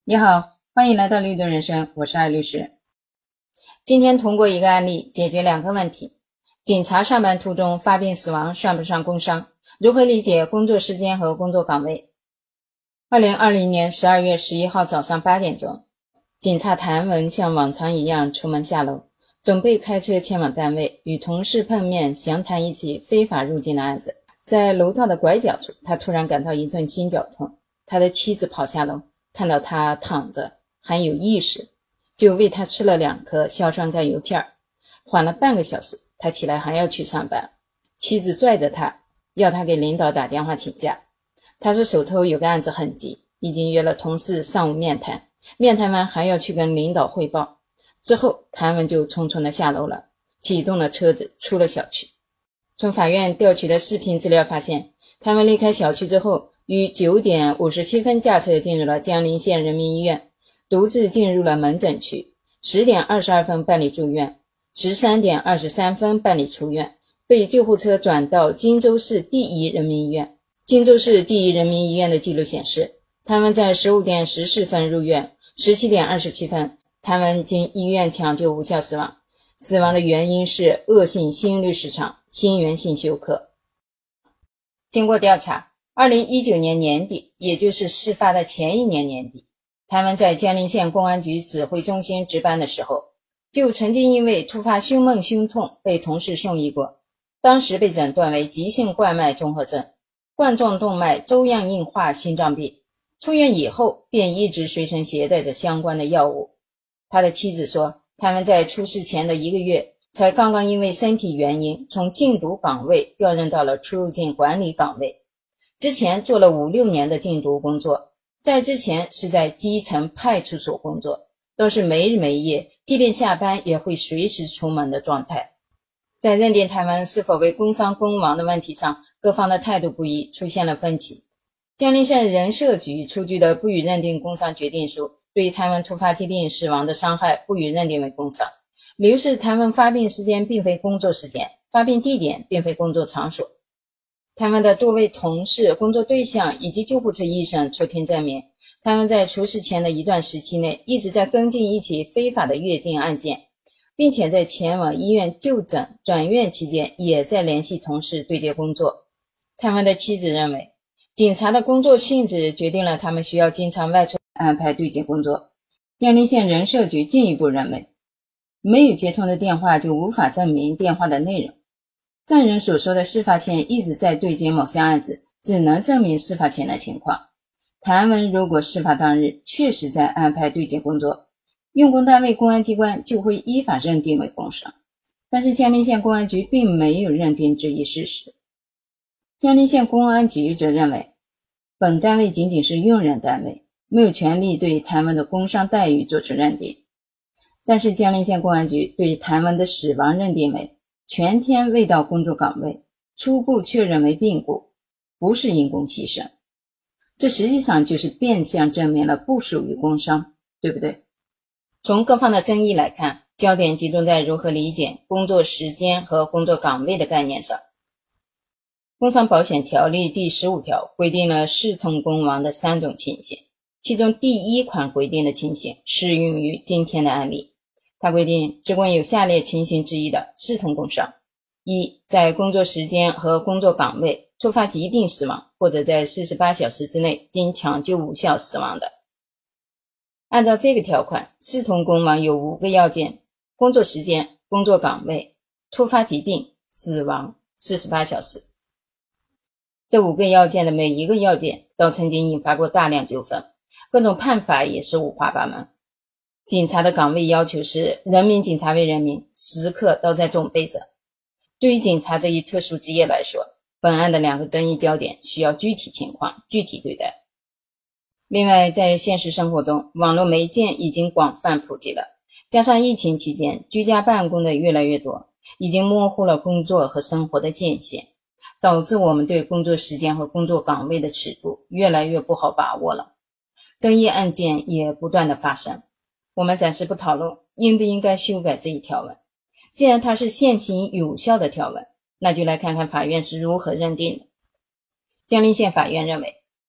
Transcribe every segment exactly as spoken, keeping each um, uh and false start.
你好，欢迎来到绿盾人生，我是艾律师。今天通过一个案例解决两个问题：警察上班途中发病死亡算不算工伤？如何理解工作时间和工作岗位？二零二零年十二月十一号早上八点钟，警察谭文像往常一样出门下楼，准备开车前往单位，与同事碰面详谈一起非法入境的案子。在楼道的拐角处，他突然感到一阵心绞痛，他的妻子跑下楼，看到他躺着还有意识，就喂他吃了两颗硝酸甘油片。缓了半个小时，他起来还要去上班，妻子拽着他，要他给领导打电话请假。他说手头有个案子很急，已经约了同事上午面谈，面谈完还要去跟领导汇报。之后谭文就匆匆的下楼了，启动了车子出了小区。从法院调取的视频资料发现，谭文离开小区之后，于九点五十七分驾车进入了江陵县人民医院，独自进入了门诊区，十点二十二分办理住院，十三点二十三分办理出院，被救护车转到荆州市第一人民医院。荆州市第一人民医院的记录显示，谭文在十五点十四分入院，十七点二十七分，谭文经医院抢救无效死亡，死亡的原因是恶性心律失常、心源性休克。经过调查，二零一九年年底，也就是事发的前一年年底，谭文在江陵县公安局指挥中心值班的时候，就曾经因为突发胸闷胸痛被同事送医过，当时被诊断为急性冠脉综合症、冠状动脉粥样硬化心脏病。出院以后便一直随身携带着相关的药物。他的妻子说，谭文在出事前的一个月才刚刚因为身体原因从禁毒岗位调任到了出入境管理岗位，之前做了五六年的禁毒工作，在之前是在基层派出所工作，都是没日没夜，即便下班也会随时出门的状态。在认定谭文是否为工伤工亡的问题上，各方的态度不一，出现了分歧。江陵县人社局出具的不予认定工伤决定书，对谭文突发疾病死亡的伤害不予认定为工伤，理由是谭文发病时间并非工作时间，发病地点并非工作场所。谭文的多位同事、工作对象以及救护车医生出庭证明，谭文在出事前的一段时期内一直在跟进一起非法的越境案件，并且在前往医院就诊转院期间也在联系同事对接工作。谭文的妻子认为，警察的工作性质决定了他们需要经常外出安排对接工作。江陵县人社局进一步认为，没有接通的电话就无法证明电话的内容。证人所说的事发前一直在对接某项案子，只能证明事发前的情况。谭文如果事发当日确实在安排对接工作，用工单位公安机关就会依法认定为工伤，但是江陵县公安局并没有认定这一事实。江陵县公安局则认为，本单位仅仅是用人单位，没有权利对谭文的工伤待遇作出认定。但是江陵县公安局对谭文的死亡认定为全天未到工作岗位，初步确认为病故，不是因公牺牲。这实际上就是变相证明了不属于工伤，对不对？从各方的争议来看，焦点集中在如何理解工作时间和工作岗位的概念上。工伤保险条例第十五条规定了视同工亡的三种情形，其中第一款规定的情形适用于今天的案例。它规定，职工有下列情形之一的视同工伤：一、在工作时间和工作岗位突发疾病死亡，或者在四十八小时之内经抢救无效死亡的。按照这个条款，视同工亡有五个要件：工作时间、工作岗位、突发疾病、死亡、四十八小时。这五个要件的每一个要件都曾经引发过大量纠纷，各种判法也是五花八门。警察的岗位要求是人民警察为人民，时刻都在准备着。对于警察这一特殊职业来说，本案的两个争议焦点需要具体情况具体对待。另外，在现实生活中，网络媒介已经广泛普及了，加上疫情期间居家办公的越来越多，已经模糊了工作和生活的界限，导致我们对工作时间和工作岗位的尺度越来越不好把握了。争议案件也不断的发生。我们暂时不讨论应不应该修改这一条文，既然它是现行有效的条文，那就来看看法院是如何认定的。江陵县法院认为，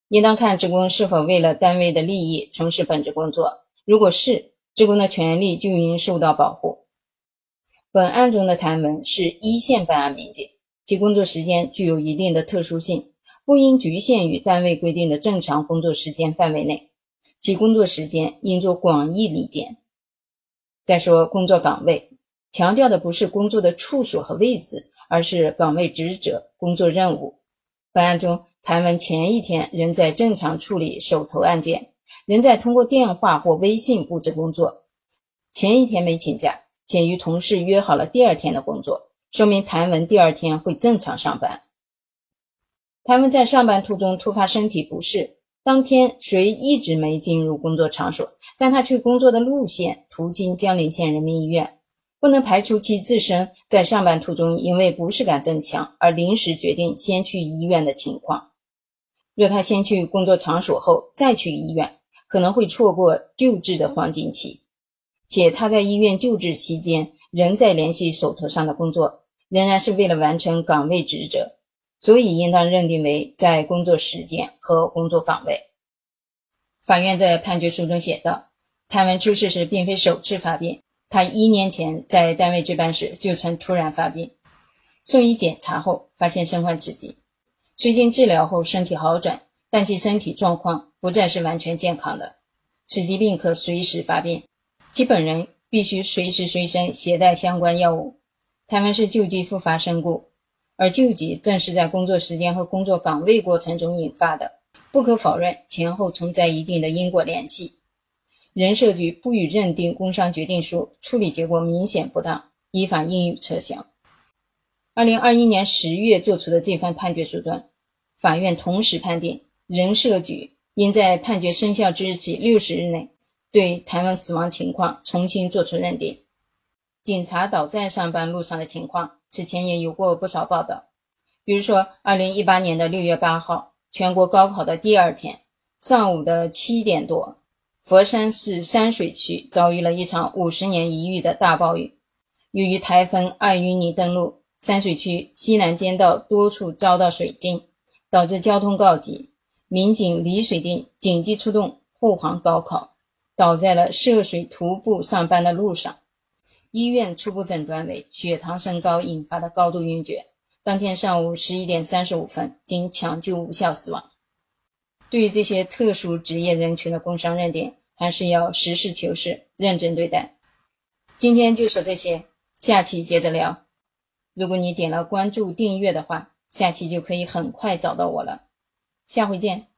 应当看职工是否为了单位的利益从事本职工作，如果是，职工的权利就应受到保护。本案中的谭文是一线办案民警，其工作时间具有一定的特殊性，不应局限于单位规定的正常工作时间范围内，其工作时间应做广义理解。再说工作岗位，强调的不是工作的处所和位置，而是岗位职责、工作任务。本案中，谭文前一天仍在正常处理手头案件，仍在通过电话或微信布置工作，前一天没请假，且与同事约好了第二天的工作，说明谭文第二天会正常上班。谭文在上班途中突发身体不适，当天虽一直没进入工作场所，但他去工作的路线途经江陵县人民医院，不能排除其自身在上班途中因为不适感增强而临时决定先去医院的情况。若他先去工作场所后再去医院，可能会错过救治的黄金期，且他在医院救治期间仍在联系手头上的工作，仍然是为了完成岗位职责，所以应当认定为在工作时间和工作岗位。法院在判决书中写道，谭文出事时并非首次发病，他一年前在单位值班时就曾突然发病，送医检查后发现身患此疾，虽经治疗后身体好转，但其身体状况不再是完全健康的，此疾病可随时发病，其本人必须随时随身携带相关药物。谭文是救急复发身故，而救急正是在工作时间和工作岗位过程中引发的，不可否认前后存在一定的因果联系。人社局不予认定工伤决定书处理结果明显不当，依法应予撤销。二零二一年十月作出的这份判决书中，法院同时判定人社局应在判决生效之日起六十日内对谭文死亡情况重新作出认定。警察倒在上班路上的情况此前也有过不少报道，比如说二零一八年的六月八号，全国高考的第二天上午的七点多，佛山市山水区遭遇了一场五十年一遇的大暴雨。由于台风艾淤泥登陆，山水区西南街道多处遭到水浸，导致交通告急，民警李水定紧急出动护航高考，倒在了涉水徒步上班的路上。医院初步诊断为血糖升高引发的高度晕厥，当天上午十一点三十五分经抢救无效死亡。对于这些特殊职业人群的工伤认定，还是要实事求是，认真对待。今天就说这些，下期接着聊。如果你点了关注订阅的话，下期就可以很快找到我了。下回见。